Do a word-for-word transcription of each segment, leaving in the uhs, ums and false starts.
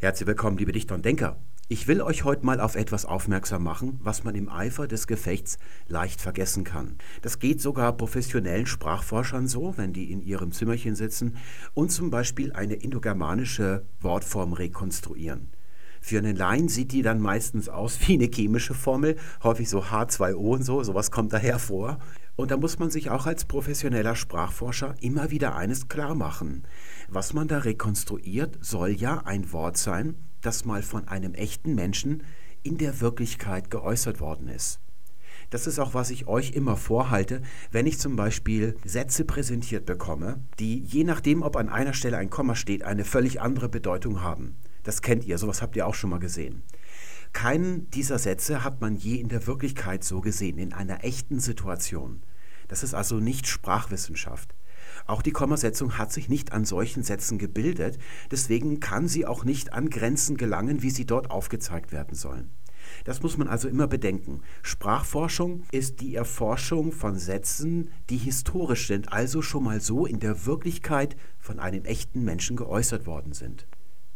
Herzlich willkommen, liebe Dichter und Denker. Ich will euch heute mal auf etwas aufmerksam machen, was man im Eifer des Gefechts leicht vergessen kann. Das geht sogar professionellen Sprachforschern so, wenn die in ihrem Zimmerchen sitzen und zum Beispiel eine indogermanische Wortform rekonstruieren. Für einen Laien sieht die dann meistens aus wie eine chemische Formel, häufig so H zwei O und so, sowas kommt daher vor. Und da muss man sich auch als professioneller Sprachforscher immer wieder eines klar machen. Was man da rekonstruiert, soll ja ein Wort sein, das mal von einem echten Menschen in der Wirklichkeit geäußert worden ist. Das ist auch, was ich euch immer vorhalte, wenn ich zum Beispiel Sätze präsentiert bekomme, die je nachdem, ob an einer Stelle ein Komma steht, eine völlig andere Bedeutung haben. Das kennt ihr, sowas habt ihr auch schon mal gesehen. Keinen dieser Sätze hat man je in der Wirklichkeit so gesehen, in einer echten Situation. Das ist also nicht Sprachwissenschaft. Auch die Kommasetzung hat sich nicht an solchen Sätzen gebildet, deswegen kann sie auch nicht an Grenzen gelangen, wie sie dort aufgezeigt werden sollen. Das muss man also immer bedenken. Sprachforschung ist die Erforschung von Sätzen, die historisch sind, also schon mal so in der Wirklichkeit von einem echten Menschen geäußert worden sind.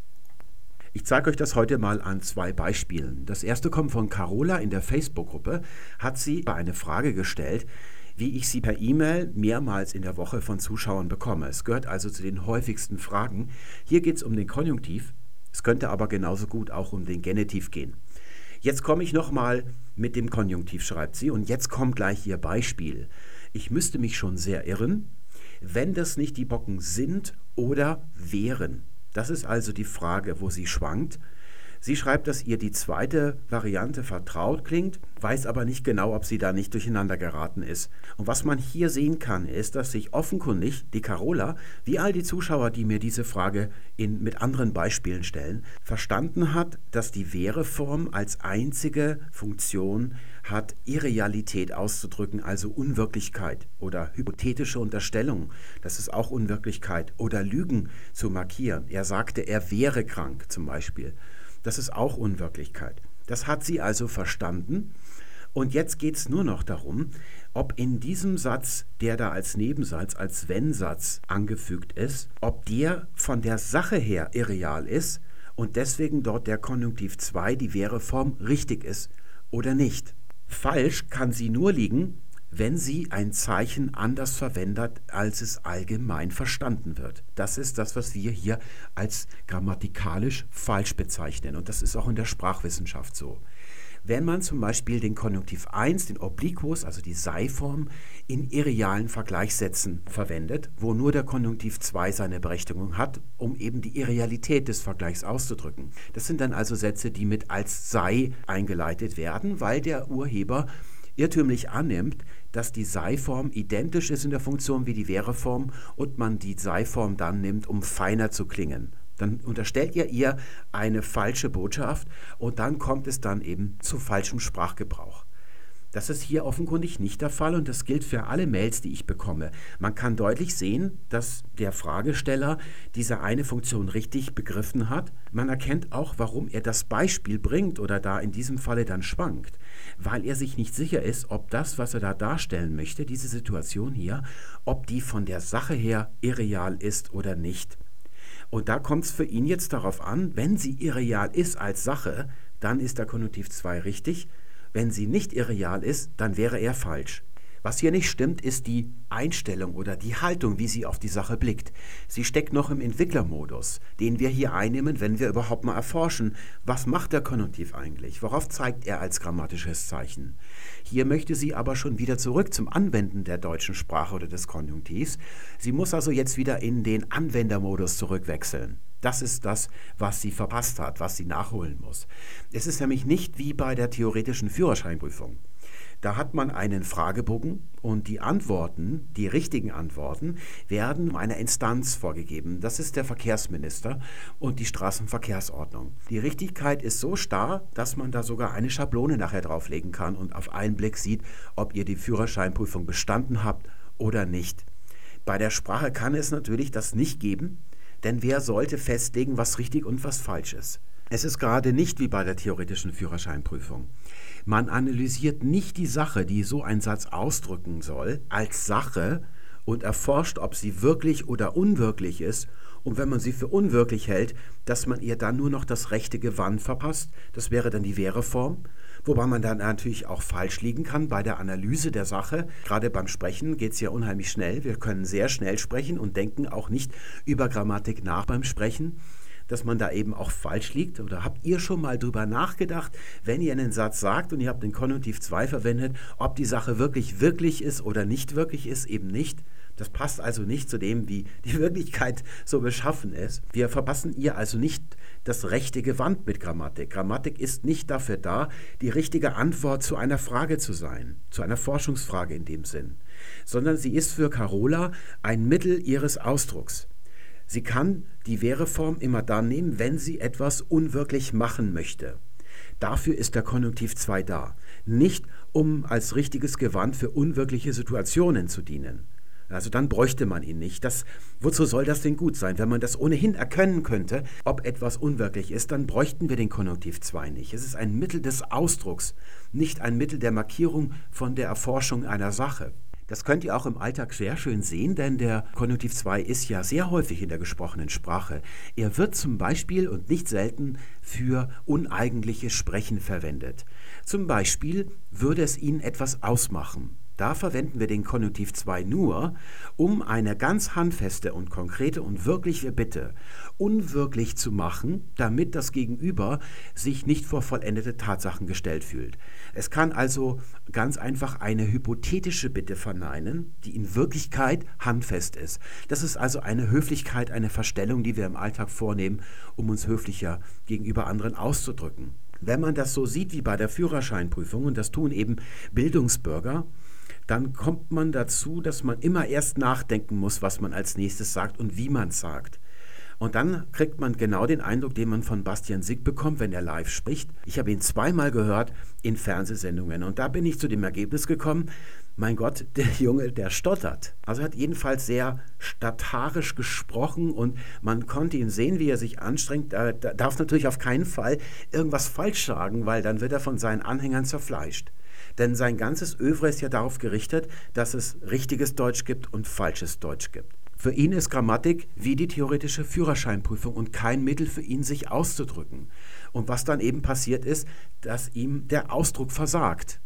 Ich zeige euch das heute mal an zwei Beispielen. Das erste kommt von Carola in der Facebook-Gruppe, hat sie eine Frage gestellt, wie ich sie per E-Mail mehrmals in der Woche von Zuschauern bekomme. Es gehört also zu den häufigsten Fragen. Hier geht es um den Konjunktiv, es könnte aber genauso gut auch um den Genitiv gehen. Jetzt komme ich nochmal mit dem Konjunktiv, schreibt sie, und jetzt kommt gleich ihr Beispiel. Ich müsste mich schon sehr irren, wenn das nicht die Bocken sind oder wären. Das ist also die Frage, wo sie schwankt. Sie schreibt, dass ihr die zweite Variante vertraut klingt, weiß aber nicht genau, ob sie da nicht durcheinander geraten ist. Und was man hier sehen kann, ist, dass sich offenkundig die Carola, wie all die Zuschauer, die mir diese Frage in, mit anderen Beispielen stellen, verstanden hat, dass die Wäre-Form als einzige Funktion hat, Irrealität auszudrücken, also Unwirklichkeit oder hypothetische Unterstellung, das ist auch Unwirklichkeit, oder Lügen zu markieren. Er sagte, er wäre krank zum Beispiel. Das ist auch Unwirklichkeit. Das hat sie also verstanden. Und jetzt geht es nur noch darum, ob in diesem Satz, der da als Nebensatz, als Wenn-Satz angefügt ist, ob der von der Sache her irreal ist und deswegen dort der Konjunktiv zwei, die Wäre-Form, richtig ist oder nicht. Falsch kann sie nur liegen, wenn sie ein Zeichen anders verwendet, als es allgemein verstanden wird. Das ist das, was wir hier als grammatikalisch falsch bezeichnen. Und das ist auch in der Sprachwissenschaft so. Wenn man zum Beispiel den Konjunktiv eins, den Obliquus, also die Sei-Form, in irrealen Vergleichssätzen verwendet, wo nur der Konjunktiv zwei seine Berechtigung hat, um eben die Irrealität des Vergleichs auszudrücken. Das sind dann also Sätze, die mit als sei eingeleitet werden, weil der Urheber irrtümlich annimmt, dass die Sei-Form identisch ist in der Funktion wie die Wäre-Form und man die Sei-Form dann nimmt, um feiner zu klingen. Dann unterstellt ihr ihr eine falsche Botschaft und dann kommt es dann eben zu falschem Sprachgebrauch. Das ist hier offenkundig nicht der Fall und das gilt für alle Mails, die ich bekomme. Man kann deutlich sehen, dass der Fragesteller diese eine Funktion richtig begriffen hat. Man erkennt auch, warum er das Beispiel bringt oder da in diesem Falle dann schwankt, weil er sich nicht sicher ist, ob das, was er da darstellen möchte, diese Situation hier, ob die von der Sache her irreal ist oder nicht. Und da kommt es für ihn jetzt darauf an, wenn sie irreal ist als Sache, dann ist der Konjunktiv zwei richtig. Wenn sie nicht irreal ist, dann wäre er falsch. Was hier nicht stimmt, ist die Einstellung oder die Haltung, wie sie auf die Sache blickt. Sie steckt noch im Entwicklermodus, den wir hier einnehmen, wenn wir überhaupt mal erforschen, was macht der Konjunktiv eigentlich? Worauf zeigt er als grammatisches Zeichen? Hier möchte sie aber schon wieder zurück zum Anwenden der deutschen Sprache oder des Konjunktivs. Sie muss also jetzt wieder in den Anwendermodus zurückwechseln. Das ist das, was sie verpasst hat, was sie nachholen muss. Es ist nämlich nicht wie bei der theoretischen Führerscheinprüfung. Da hat man einen Fragebogen und die Antworten, die richtigen Antworten, werden einer Instanz vorgegeben. Das ist der Verkehrsminister und die Straßenverkehrsordnung. Die Richtigkeit ist so starr, dass man da sogar eine Schablone nachher drauflegen kann und auf einen Blick sieht, ob ihr die Führerscheinprüfung bestanden habt oder nicht. Bei der Sprache kann es natürlich das nicht geben, denn wer sollte festlegen, was richtig und was falsch ist? Es ist gerade nicht wie bei der theoretischen Führerscheinprüfung. Man analysiert nicht die Sache, die so ein Satz ausdrücken soll, als Sache und erforscht, ob sie wirklich oder unwirklich ist Und wenn man sie für unwirklich hält, dass man ihr dann nur noch das rechte Gewand verpasst, das wäre dann die Wäreform, wobei man dann natürlich auch falsch liegen kann bei der Analyse der Sache. Gerade beim Sprechen geht es ja unheimlich schnell. Wir können sehr schnell sprechen und denken auch nicht über Grammatik nach beim Sprechen, dass man da eben auch falsch liegt. Oder habt ihr schon mal drüber nachgedacht, wenn ihr einen Satz sagt und ihr habt den Konjunktiv zwei verwendet, ob die Sache wirklich wirklich ist oder nicht wirklich ist, eben nicht? Das passt also nicht zu dem, wie die Wirklichkeit so beschaffen ist. Wir verpassen ihr also nicht das rechte Gewand mit Grammatik. Grammatik ist nicht dafür da, die richtige Antwort zu einer Frage zu sein, zu einer Forschungsfrage in dem Sinn, sondern sie ist für Carola ein Mittel ihres Ausdrucks. Sie kann die Wäreform immer dann nehmen, wenn sie etwas unwirklich machen möchte. Dafür ist der Konjunktiv zwei da, nicht um als richtiges Gewand für unwirkliche Situationen zu dienen. Also dann bräuchte man ihn nicht. Das, wozu soll das denn gut sein? Wenn man das ohnehin erkennen könnte, ob etwas unwirklich ist, dann bräuchten wir den Konjunktiv zwei nicht. Es ist ein Mittel des Ausdrucks, nicht ein Mittel der Markierung von der Erforschung einer Sache. Das könnt ihr auch im Alltag sehr schön sehen, denn der Konjunktiv zwei ist ja sehr häufig in der gesprochenen Sprache. Er wird zum Beispiel und nicht selten für uneigentliches Sprechen verwendet. Zum Beispiel würde es Ihnen etwas ausmachen. Da verwenden wir den Konjunktiv zwei nur, um eine ganz handfeste und konkrete und wirkliche Bitte unwirklich zu machen, damit das Gegenüber sich nicht vor vollendete Tatsachen gestellt fühlt. Es kann also ganz einfach eine hypothetische Bitte verneinen, die in Wirklichkeit handfest ist. Das ist also eine Höflichkeit, eine Verstellung, die wir im Alltag vornehmen, um uns höflicher gegenüber anderen auszudrücken. Wenn man das so sieht wie bei der Führerscheinprüfung, und das tun eben Bildungsbürger, dann kommt man dazu, dass man immer erst nachdenken muss, was man als nächstes sagt und wie man es sagt. Und dann kriegt man genau den Eindruck, den man von Bastian Sick bekommt, wenn er live spricht. Ich habe ihn zweimal gehört in Fernsehsendungen und da bin ich zu dem Ergebnis gekommen, mein Gott, der Junge, der stottert. Also er hat jedenfalls sehr statarisch gesprochen und man konnte ihn sehen, wie er sich anstrengt. Er darf natürlich auf keinen Fall irgendwas falsch sagen, weil dann wird er von seinen Anhängern zerfleischt. Denn sein ganzes Övre ist ja darauf gerichtet, dass es richtiges Deutsch gibt und falsches Deutsch gibt. Für ihn ist Grammatik wie die theoretische Führerscheinprüfung und kein Mittel für ihn, sich auszudrücken. Und was dann eben passiert ist, dass ihm der Ausdruck versagt.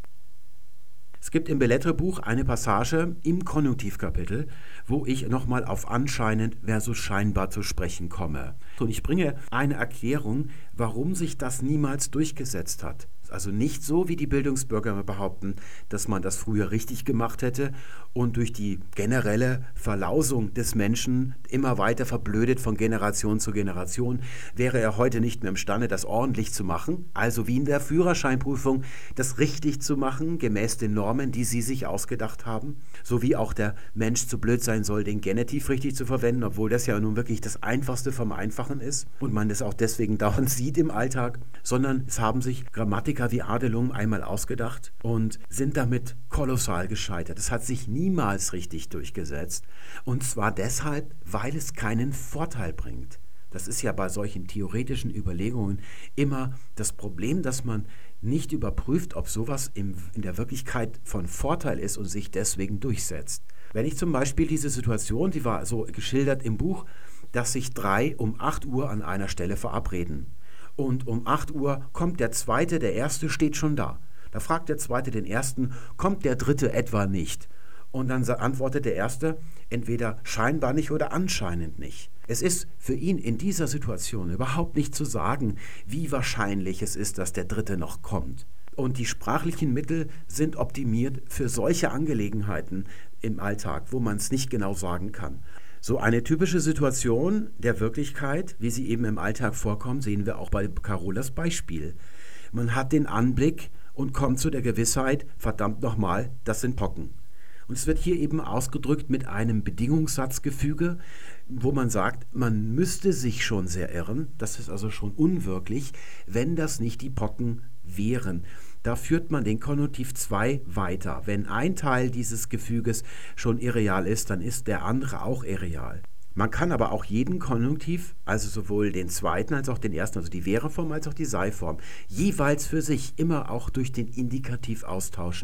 Es gibt im Bellettre-Buch eine Passage im Konjunktivkapitel, wo ich nochmal auf anscheinend versus scheinbar zu sprechen komme. Und ich bringe eine Erklärung, warum sich das niemals durchgesetzt hat. Also nicht so, wie die Bildungsbürger behaupten, dass man das früher richtig gemacht hätte und durch die generelle Verlausung des Menschen immer weiter verblödet von Generation zu Generation, wäre er heute nicht mehr imstande, das ordentlich zu machen, also wie in der Führerscheinprüfung, das richtig zu machen, gemäß den Normen, die sie sich ausgedacht haben, so wie auch der Mensch zu blöd sein soll, den Genitiv richtig zu verwenden, obwohl das ja nun wirklich das Einfachste vom Einfachen ist und man das auch deswegen dauernd sieht im Alltag, sondern es haben sich Grammatiker wie Adelung einmal ausgedacht und sind damit kolossal gescheitert. Es hat sich niemals richtig durchgesetzt und zwar deshalb, weil es keinen Vorteil bringt. Das ist ja bei solchen theoretischen Überlegungen immer das Problem, dass man nicht überprüft, ob sowas im, in der Wirklichkeit von Vorteil ist und sich deswegen durchsetzt. Wenn ich zum Beispiel diese Situation, die war so geschildert im Buch, dass sich drei um acht Uhr an einer Stelle verabreden. Und um acht Uhr kommt der Zweite, der Erste steht schon da. Da fragt der Zweite den Ersten, kommt der Dritte etwa nicht? Und dann antwortet der Erste, entweder scheinbar nicht oder anscheinend nicht. Es ist für ihn in dieser Situation überhaupt nicht zu sagen, wie wahrscheinlich es ist, dass der Dritte noch kommt. Und die sprachlichen Mittel sind optimiert für solche Angelegenheiten im Alltag, wo man es nicht genau sagen kann. So eine typische Situation der Wirklichkeit, wie sie eben im Alltag vorkommt, sehen wir auch bei Carolas Beispiel. Man hat den Anblick und kommt zu der Gewissheit, verdammt nochmal, das sind Pocken. Und es wird hier eben ausgedrückt mit einem Bedingungssatzgefüge, wo man sagt, man müsste sich schon sehr irren, das ist also schon unwirklich, wenn das nicht die Pocken wären. Da führt man den Konjunktiv zwei weiter. Wenn ein Teil dieses Gefüges schon irreal ist, dann ist der andere auch irreal. Man kann aber auch jeden Konjunktiv, also sowohl den zweiten als auch den ersten, also die Wäreform als auch die Sei-Form, jeweils für sich immer auch durch den Indikativ austauschen,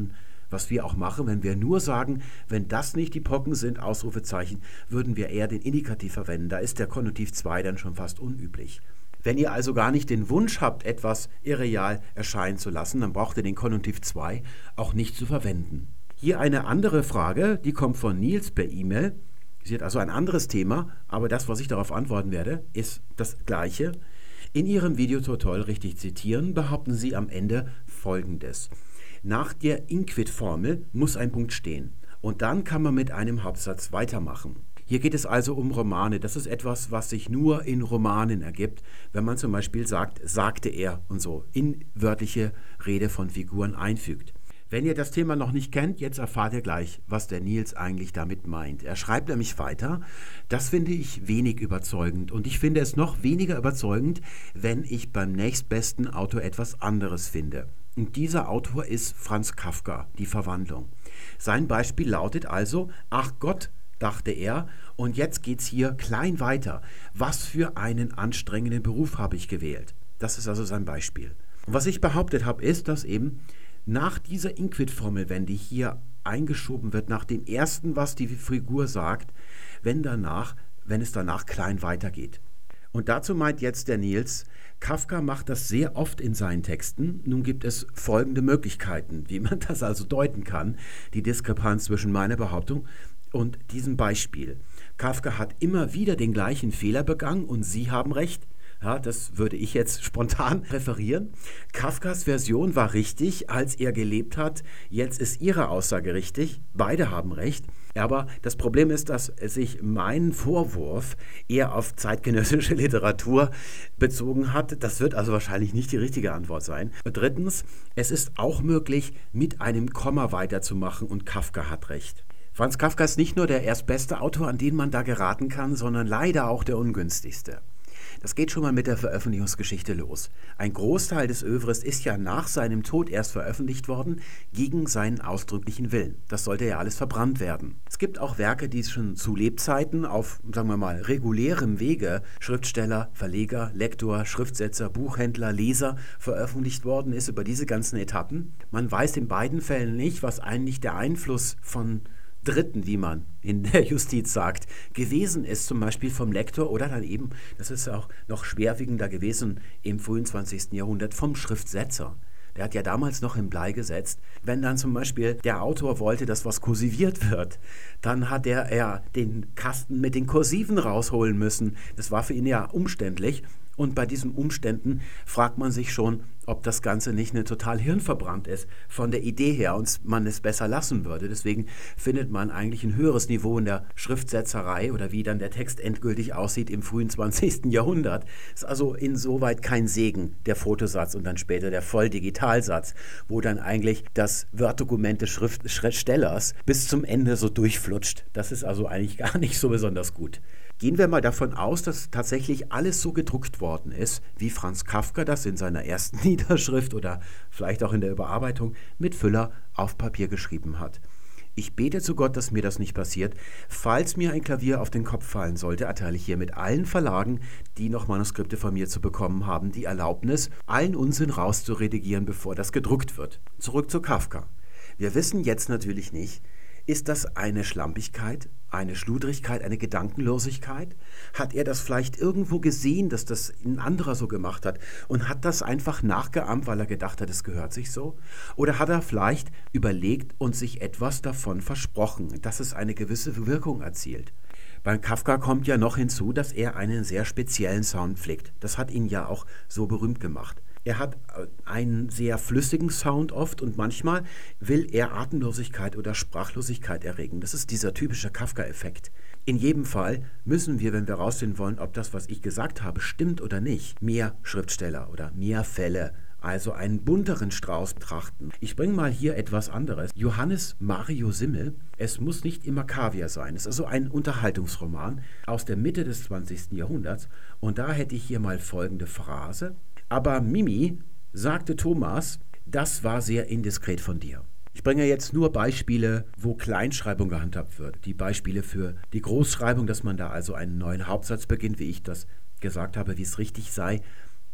was wir auch machen, wenn wir nur sagen, wenn das nicht die Pocken sind, Ausrufezeichen, würden wir eher den Indikativ verwenden. Da ist der Konjunktiv zwei dann schon fast unüblich. Wenn ihr also gar nicht den Wunsch habt, etwas irreal erscheinen zu lassen, dann braucht ihr den Konjunktiv zwei auch nicht zu verwenden. Hier eine andere Frage, die kommt von Nils per E-Mail. Sie hat also ein anderes Thema, aber das, was ich darauf antworten werde, ist das gleiche. In Ihrem Videotutorial richtig zitieren, behaupten Sie am Ende Folgendes. Nach der Inquit-Formel muss ein Punkt stehen und dann kann man mit einem Hauptsatz weitermachen. Hier geht es also um Romane. Das ist etwas, was sich nur in Romanen ergibt, wenn man zum Beispiel sagt, sagte er und so, in wörtliche Rede von Figuren einfügt. Wenn ihr das Thema noch nicht kennt, jetzt erfahrt ihr gleich, was der Nils eigentlich damit meint. Er schreibt nämlich weiter, das finde ich wenig überzeugend und ich finde es noch weniger überzeugend, wenn ich beim nächstbesten Autor etwas anderes finde. Und dieser Autor ist Franz Kafka, die Verwandlung. Sein Beispiel lautet also, ach Gott, dachte er, und jetzt geht's hier klein weiter. Was für einen anstrengenden Beruf habe ich gewählt? Das ist also sein Beispiel. Und was ich behauptet habe, ist, dass eben nach dieser Inquit-Formel, wenn die hier eingeschoben wird, nach dem ersten, was die Figur sagt, wenn danach, wenn es danach klein weitergeht. Und dazu meint jetzt der Nils, Kafka macht das sehr oft in seinen Texten. Nun gibt es folgende Möglichkeiten, wie man das also deuten kann, die Diskrepanz zwischen meiner Behauptung und diesem Beispiel. Kafka hat immer wieder den gleichen Fehler begangen und Sie haben recht. Ja, das würde ich jetzt spontan referieren. Kafkas Version war richtig, als er gelebt hat. Jetzt ist Ihre Aussage richtig. Beide haben recht. Aber das Problem ist, dass sich mein Vorwurf eher auf zeitgenössische Literatur bezogen hat. Das wird also wahrscheinlich nicht die richtige Antwort sein. Und drittens, es ist auch möglich, mit einem Komma weiterzumachen und Kafka hat recht. Franz Kafka ist nicht nur der erstbeste Autor, an den man da geraten kann, sondern leider auch der ungünstigste. Das geht schon mal mit der Veröffentlichungsgeschichte los. Ein Großteil des Œuvres ist ja nach seinem Tod erst veröffentlicht worden, gegen seinen ausdrücklichen Willen. Das sollte ja alles verbrannt werden. Es gibt auch Werke, die schon zu Lebzeiten auf, sagen wir mal, regulärem Wege Schriftsteller, Verleger, Lektor, Schriftsetzer, Buchhändler, Leser veröffentlicht worden ist über diese ganzen Etappen. Man weiß in beiden Fällen nicht, was eigentlich der Einfluss von Dritten, wie man in der Justiz sagt, gewesen ist, zum Beispiel vom Lektor oder dann eben, das ist auch noch schwerwiegender gewesen im frühen zwanzigsten Jahrhundert, vom Schriftsetzer. Der hat ja damals noch im Blei gesetzt. Wenn dann zum Beispiel der Autor wollte, dass was kursiviert wird, dann hat er, er den Kasten mit den Kursiven rausholen müssen. Das war für ihn ja umständlich. Und bei diesen Umständen fragt man sich schon, ob das Ganze nicht eine total hirnverbrannt ist von der Idee her und man es besser lassen würde. Deswegen findet man eigentlich ein höheres Niveau in der Schriftsetzerei oder wie dann der Text endgültig aussieht im frühen zwanzigsten Jahrhundert. Ist also insoweit kein Segen, der Fotosatz und dann später der Volldigitalsatz, wo dann eigentlich das Word-Dokument des Schriftstellers bis zum Ende so durchflutscht. Das ist also eigentlich gar nicht so besonders gut. Gehen wir mal davon aus, dass tatsächlich alles so gedruckt worden ist, wie Franz Kafka das in seiner ersten Niederschrift oder vielleicht auch in der Überarbeitung mit Füller auf Papier geschrieben hat. Ich bete zu Gott, dass mir das nicht passiert. Falls mir ein Klavier auf den Kopf fallen sollte, erteile ich hiermit allen Verlagen, die noch Manuskripte von mir zu bekommen haben, die Erlaubnis, allen Unsinn rauszuredigieren, bevor das gedruckt wird. Zurück zu Kafka. Wir wissen jetzt natürlich nicht, ist das eine Schlampigkeit, eine Schludrigkeit, eine Gedankenlosigkeit? Hat er das vielleicht irgendwo gesehen, dass das ein anderer so gemacht hat und hat das einfach nachgeahmt, weil er gedacht hat, es gehört sich so? Oder hat er vielleicht überlegt und sich etwas davon versprochen, dass es eine gewisse Wirkung erzielt? Bei Kafka kommt ja noch hinzu, dass er einen sehr speziellen Sound pflegt. Das hat ihn ja auch so berühmt gemacht. Er hat einen sehr flüssigen Sound oft und manchmal will er Atemlosigkeit oder Sprachlosigkeit erregen. Das ist dieser typische Kafka-Effekt. In jedem Fall müssen wir, wenn wir herausfinden wollen, ob das, was ich gesagt habe, stimmt oder nicht, mehr Schriftsteller oder mehr Fälle, also einen bunteren Strauß betrachten. Ich bringe mal hier etwas anderes. Johannes Mario Simmel, es muss nicht immer Kaviar sein. Es ist also ein Unterhaltungsroman aus der Mitte des zwanzigsten Jahrhunderts und da hätte ich hier mal folgende Phrase. Aber Mimi, sagte Thomas, das war sehr indiskret von dir. Ich bringe jetzt nur Beispiele, wo Kleinschreibung gehandhabt wird. Die Beispiele für die Großschreibung, dass man da also einen neuen Hauptsatz beginnt, wie ich das gesagt habe, wie es richtig sei.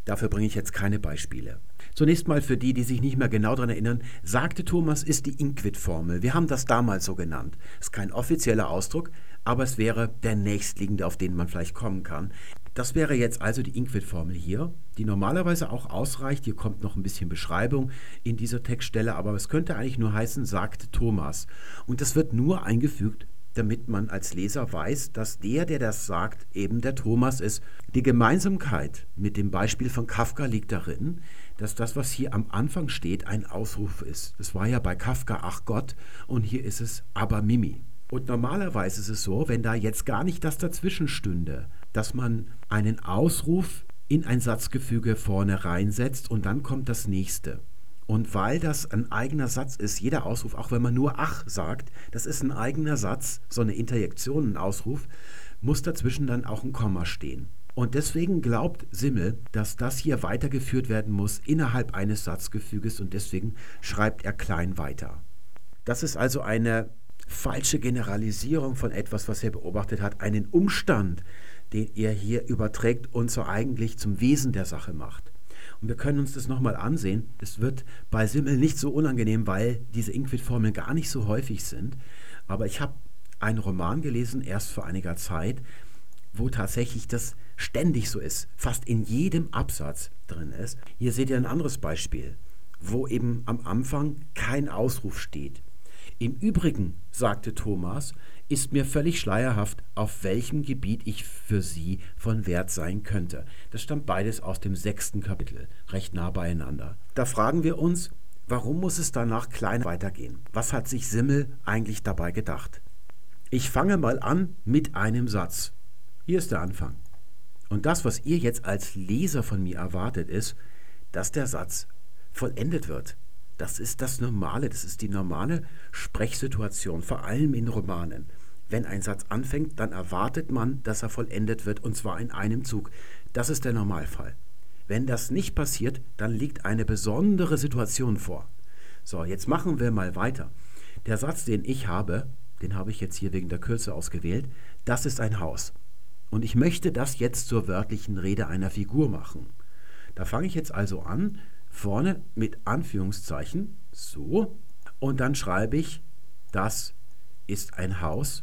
Dafür bringe ich jetzt keine Beispiele. Zunächst mal für die, die sich nicht mehr genau daran erinnern, sagte Thomas, ist die Inquit-Formel. Wir haben das damals so genannt. Ist kein offizieller Ausdruck, aber es wäre der nächstliegende, auf den man vielleicht kommen kann. Das wäre jetzt also die Inquit-Formel hier, die normalerweise auch ausreicht. Hier kommt noch ein bisschen Beschreibung in dieser Textstelle, aber es könnte eigentlich nur heißen, sagte Thomas. Und das wird nur eingefügt, damit man als Leser weiß, dass der, der das sagt, eben der Thomas ist. Die Gemeinsamkeit mit dem Beispiel von Kafka liegt darin, dass das, was hier am Anfang steht, ein Ausruf ist. Das war ja bei Kafka Ach Gott und hier ist es Aber Mimi. Und normalerweise ist es so, wenn da jetzt gar nicht das dazwischen stünde, dass man einen Ausruf in ein Satzgefüge vorne reinsetzt und dann kommt das nächste. Und weil das ein eigener Satz ist, jeder Ausruf, auch wenn man nur Ach sagt, das ist ein eigener Satz, so eine Interjektion, ein Ausruf, muss dazwischen dann auch ein Komma stehen. Und deswegen glaubt Simmel, dass das hier weitergeführt werden muss innerhalb eines Satzgefüges und deswegen schreibt er klein weiter. Das ist also eine falsche Generalisierung von etwas, was er beobachtet hat, einen Umstand, den er hier überträgt und so eigentlich zum Wesen der Sache macht. Und wir können uns das nochmal ansehen. Es wird bei Simmel nicht so unangenehm, weil diese Inquit-Formeln gar nicht so häufig sind. Aber ich habe einen Roman gelesen, erst vor einiger Zeit, wo tatsächlich das ständig so ist, fast in jedem Absatz drin ist. Hier seht ihr ein anderes Beispiel, wo eben am Anfang kein Ausruf steht. Im Übrigen, sagte Thomas, ist mir völlig schleierhaft, auf welchem Gebiet ich für Sie von Wert sein könnte. Das stammt beides aus dem sechsten Kapitel, recht nah beieinander. Da fragen wir uns, warum muss es danach klein weitergehen? Was hat sich Simmel eigentlich dabei gedacht? Ich fange mal an mit einem Satz. Hier ist der Anfang. Und das, was ihr jetzt als Leser von mir erwartet, ist, dass der Satz vollendet wird. Das ist das Normale, das ist die normale Sprechsituation, vor allem in Romanen. Wenn ein Satz anfängt, dann erwartet man, dass er vollendet wird, und zwar in einem Zug. Das ist der Normalfall. Wenn das nicht passiert, dann liegt eine besondere Situation vor. So, jetzt machen wir mal weiter. Der Satz, den ich habe, den habe ich jetzt hier wegen der Kürze ausgewählt, das ist ein Haus. Und ich möchte das jetzt zur wörtlichen Rede einer Figur machen. Da fange ich jetzt also an, vorne mit Anführungszeichen, so, und dann schreibe ich, das ist ein Haus.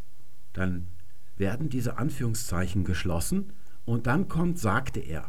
Dann werden diese Anführungszeichen geschlossen und dann kommt, sagte er.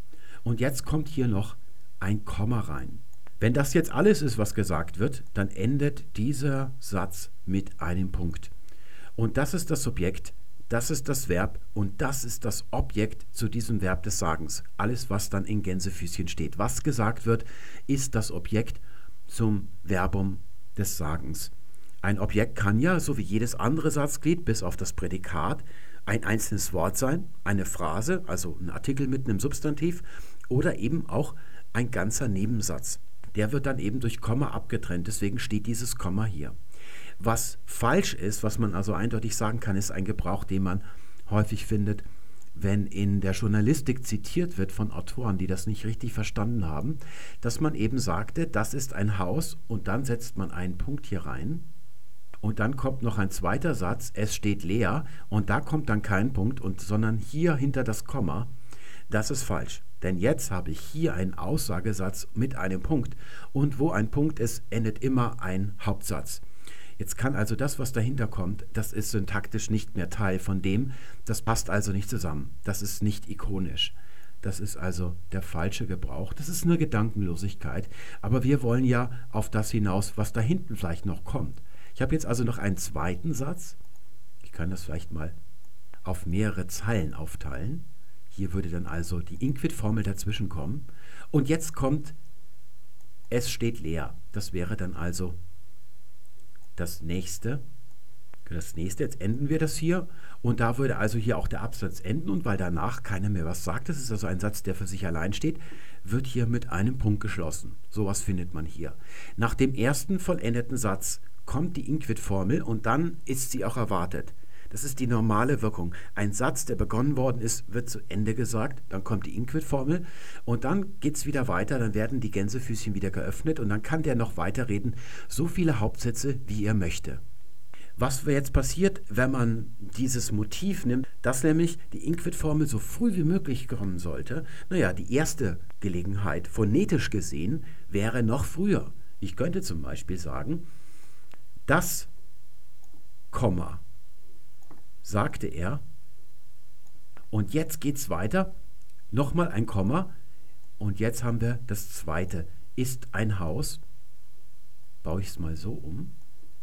Und jetzt kommt hier noch ein Komma rein. Wenn das jetzt alles ist, was gesagt wird, dann endet dieser Satz mit einem Punkt. Und das ist das Subjekt, das ist das Verb und das ist das Objekt zu diesem Verb des Sagens. Alles, was dann in Gänsefüßchen steht. Was gesagt wird, ist das Objekt zum Verbum des Sagens. Ein Objekt kann ja, so wie jedes andere Satzglied, bis auf das Prädikat, ein einzelnes Wort sein, eine Phrase, also ein Artikel mit einem Substantiv, oder eben auch ein ganzer Nebensatz. Der wird dann eben durch Komma abgetrennt, deswegen steht dieses Komma hier. Was falsch ist, was man also eindeutig sagen kann, ist ein Gebrauch, den man häufig findet, wenn in der Journalistik zitiert wird von Autoren, die das nicht richtig verstanden haben, dass man eben sagte, das ist ein Haus und dann setzt man einen Punkt hier rein und dann kommt noch ein zweiter Satz, es steht leer und da kommt dann kein Punkt, und, sondern hier hinter das Komma. Das ist falsch, denn jetzt habe ich hier einen Aussagesatz mit einem Punkt und wo ein Punkt ist, endet immer ein Hauptsatz. Jetzt kann also das, was dahinter kommt, das ist syntaktisch nicht mehr Teil von dem, das passt also nicht zusammen, das ist nicht ikonisch. Das ist also der falsche Gebrauch, das ist eine Gedankenlosigkeit, aber wir wollen ja auf das hinaus, was da hinten vielleicht noch kommt. Ich habe jetzt also noch einen zweiten Satz, ich kann das vielleicht mal auf mehrere Zeilen aufteilen. Hier würde dann also die Inquit-Formel dazwischen kommen und jetzt kommt, es steht leer, das wäre dann also das nächste, das nächste, jetzt enden wir das hier und da würde also hier auch der Absatz enden und weil danach keiner mehr was sagt, das ist also ein Satz, der für sich allein steht, wird hier mit einem Punkt geschlossen. Sowas findet man hier. Nach dem ersten vollendeten Satz kommt die Inquit-Formel und dann ist sie auch erwartet. Das ist die normale Wirkung. Ein Satz, der begonnen worden ist, wird zu Ende gesagt, dann kommt die Inquit-Formel und dann geht es wieder weiter, dann werden die Gänsefüßchen wieder geöffnet und dann kann der noch weiterreden, so viele Hauptsätze, wie er möchte. Was jetzt passiert, wenn man dieses Motiv nimmt, dass nämlich die Inquit-Formel so früh wie möglich kommen sollte? Naja, die erste Gelegenheit, phonetisch gesehen, wäre noch früher. Ich könnte zum Beispiel sagen, das Komma, sagte er, und jetzt geht's weiter, nochmal ein Komma, und jetzt haben wir das zweite, ist ein Haus, baue ich es mal so um.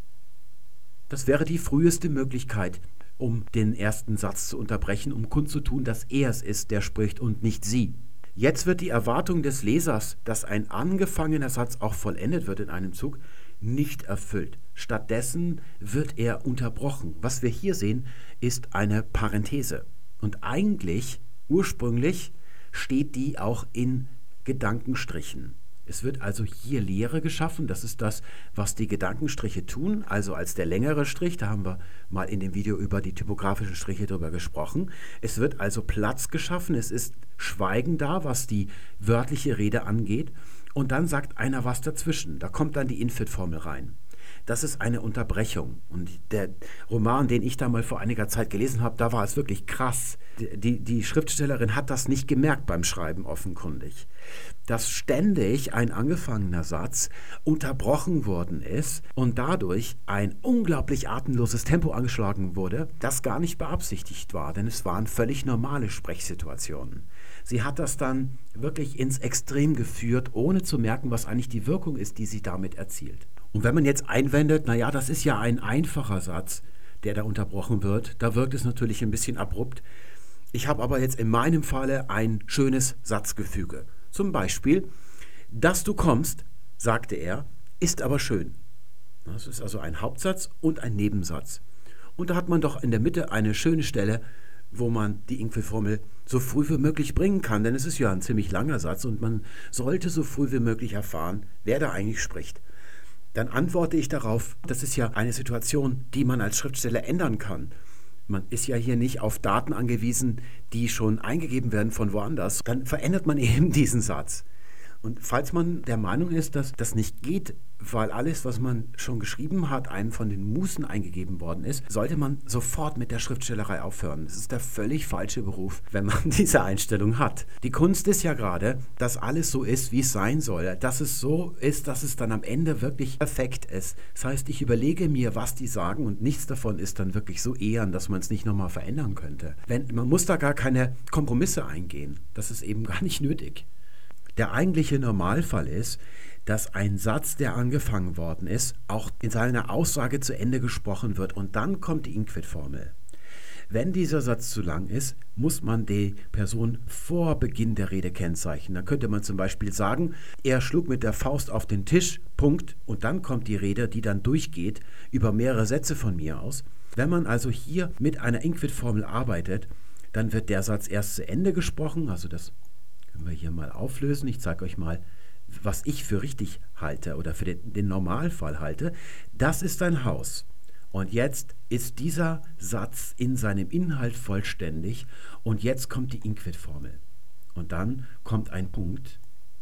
Das wäre die früheste Möglichkeit, um den ersten Satz zu unterbrechen, um kundzutun, dass er es ist, der spricht und nicht sie. Jetzt wird die Erwartung des Lesers, dass ein angefangener Satz auch vollendet wird in einem Zug, nicht erfüllt. Stattdessen wird er unterbrochen. Was wir hier sehen, ist eine Parenthese. Und eigentlich, ursprünglich, steht die auch in Gedankenstrichen. Es wird also hier Leere geschaffen, das ist das, was die Gedankenstriche tun, also als der längere Strich, da haben wir mal in dem Video über die typografischen Striche drüber gesprochen. Es wird also Platz geschaffen, es ist Schweigen da, was die wörtliche Rede angeht, und dann sagt einer was dazwischen, da kommt dann die Infit-Formel rein. Das ist eine Unterbrechung. Und der Roman, den ich da mal vor einiger Zeit gelesen habe, da war es wirklich krass. Die, die Schriftstellerin hat das nicht gemerkt beim Schreiben offenkundig. Dass ständig ein angefangener Satz unterbrochen worden ist und dadurch ein unglaublich atemloses Tempo angeschlagen wurde, das gar nicht beabsichtigt war, denn es waren völlig normale Sprechsituationen. Sie hat das dann wirklich ins Extrem geführt, ohne zu merken, was eigentlich die Wirkung ist, die sie damit erzielt. Und wenn man jetzt einwendet, naja, das ist ja ein einfacher Satz, der da unterbrochen wird, da wirkt es natürlich ein bisschen abrupt. Ich habe aber jetzt in meinem Falle ein schönes Satzgefüge. Zum Beispiel, dass du kommst, sagte er, ist aber schön. Das ist also ein Hauptsatz und ein Nebensatz. Und da hat man doch in der Mitte eine schöne Stelle, wo man die Inquit-Formel so früh wie möglich bringen kann, denn es ist ja ein ziemlich langer Satz und man sollte so früh wie möglich erfahren, wer da eigentlich spricht. Dann antworte ich darauf, das ist ja eine Situation, die man als Schriftsteller ändern kann. Man ist ja hier nicht auf Daten angewiesen, die schon eingegeben werden von woanders. Dann verändert man eben diesen Satz. Und falls man der Meinung ist, dass das nicht geht, weil alles, was man schon geschrieben hat, einem von den Musen eingegeben worden ist, sollte man sofort mit der Schriftstellerei aufhören. Das ist der völlig falsche Beruf, wenn man diese Einstellung hat. Die Kunst ist ja gerade, dass alles so ist, wie es sein soll. Dass es so ist, dass es dann am Ende wirklich perfekt ist. Das heißt, ich überlege mir, was die sagen und nichts davon ist dann wirklich so ehren, dass man es nicht nochmal verändern könnte. Wenn, man muss da gar keine Kompromisse eingehen. Das ist eben gar nicht nötig. Der eigentliche Normalfall ist, dass ein Satz, der angefangen worden ist, auch in seiner Aussage zu Ende gesprochen wird und dann kommt die Inquit-Formel. Wenn dieser Satz zu lang ist, muss man die Person vor Beginn der Rede kennzeichnen. Dann könnte man zum Beispiel sagen, er schlug mit der Faust auf den Tisch, Punkt, und dann kommt die Rede, die dann durchgeht, über mehrere Sätze von mir aus. Wenn man also hier mit einer Inquit-Formel arbeitet, dann wird der Satz erst zu Ende gesprochen, also das können wir hier mal auflösen. Ich zeige euch mal, was ich für richtig halte oder für den, den Normalfall halte. Das ist ein Haus. Und jetzt ist dieser Satz in seinem Inhalt vollständig und jetzt kommt die Inquit-Formel. Und dann kommt ein Punkt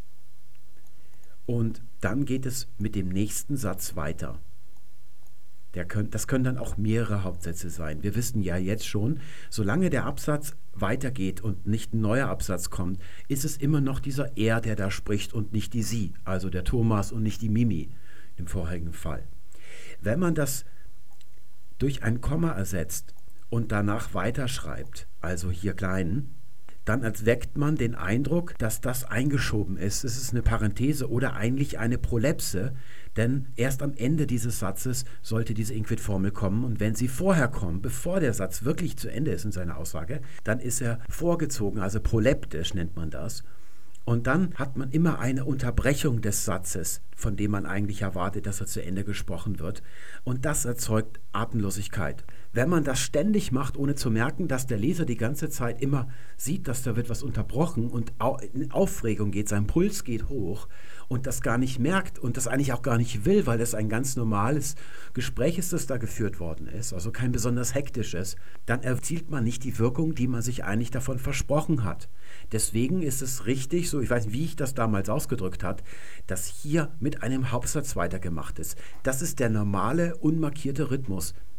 und dann geht es mit dem nächsten Satz weiter. Der könnt, das können dann auch mehrere Hauptsätze sein. Wir wissen ja jetzt schon, solange der Absatz weitergeht und nicht ein neuer Absatz kommt, ist es immer noch dieser Er, der da spricht und nicht die Sie, also der Thomas und nicht die Mimi im vorherigen Fall. Wenn man das durch ein Komma ersetzt und danach weiterschreibt, also hier klein, dann erweckt man den Eindruck, dass das eingeschoben ist. Es ist eine Parenthese oder eigentlich eine Prolepse, denn erst am Ende dieses Satzes sollte diese Inquit-Formel kommen und wenn sie vorher kommt, bevor der Satz wirklich zu Ende ist in seiner Aussage, dann ist er vorgezogen, also proleptisch nennt man das. Und dann hat man immer eine Unterbrechung des Satzes, von dem man eigentlich erwartet, dass er zu Ende gesprochen wird. Und das erzeugt Atemlosigkeit. Wenn man das ständig macht, ohne zu merken, dass der Leser die ganze Zeit immer sieht, dass da wird was unterbrochen und in Aufregung geht, sein Puls geht hoch und das gar nicht merkt und das eigentlich auch gar nicht will, weil das ein ganz normales Gespräch ist, das da geführt worden ist, also kein besonders hektisches, dann erzielt man nicht die Wirkung, die man sich eigentlich davon versprochen hat. Deswegen ist es richtig, so ich weiß nicht, wie ich das damals ausgedrückt habe, dass hier mit einem Hauptsatz weitergemacht ist. Das ist der normale, unmarkierte Rhythmus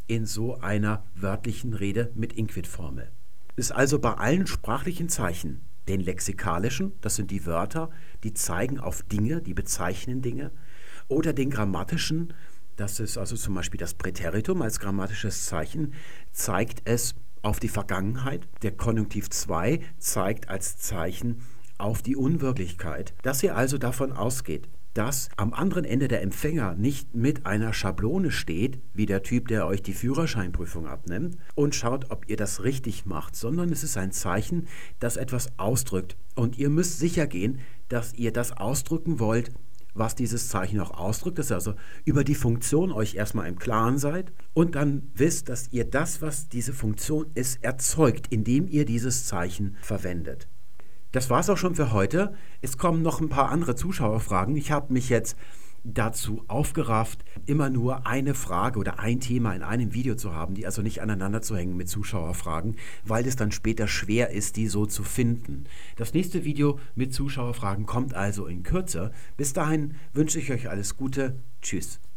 in so einer wörtlichen Rede mit Inquit-Formel. Ist also bei allen sprachlichen Zeichen, den lexikalischen, das sind die Wörter, die zeigen auf Dinge, die bezeichnen Dinge, oder den grammatischen, das ist also zum Beispiel das Präteritum als grammatisches Zeichen, zeigt es auf die Vergangenheit. Der Konjunktiv zwei zeigt als Zeichen auf die Unwirklichkeit, dass ihr also davon ausgeht, dass am anderen Ende der Empfänger nicht mit einer Schablone steht, wie der Typ, der euch die Führerscheinprüfung abnimmt und schaut, ob ihr das richtig macht, sondern es ist ein Zeichen, das etwas ausdrückt. Und ihr müsst sicher gehen, dass ihr das ausdrücken wollt, was dieses Zeichen auch ausdrückt, dass ihr also über die Funktion euch erstmal im Klaren seid und dann wisst, dass ihr das, was diese Funktion ist, erzeugt, indem ihr dieses Zeichen verwendet. Das war's auch schon für heute. Es kommen noch ein paar andere Zuschauerfragen. Ich habe mich jetzt dazu aufgerafft, immer nur eine Frage oder ein Thema in einem Video zu haben, die also nicht aneinander zu hängen mit Zuschauerfragen, weil es dann später schwer ist, die so zu finden. Das nächste Video mit Zuschauerfragen kommt also in Kürze. Bis dahin wünsche ich euch alles Gute. Tschüss.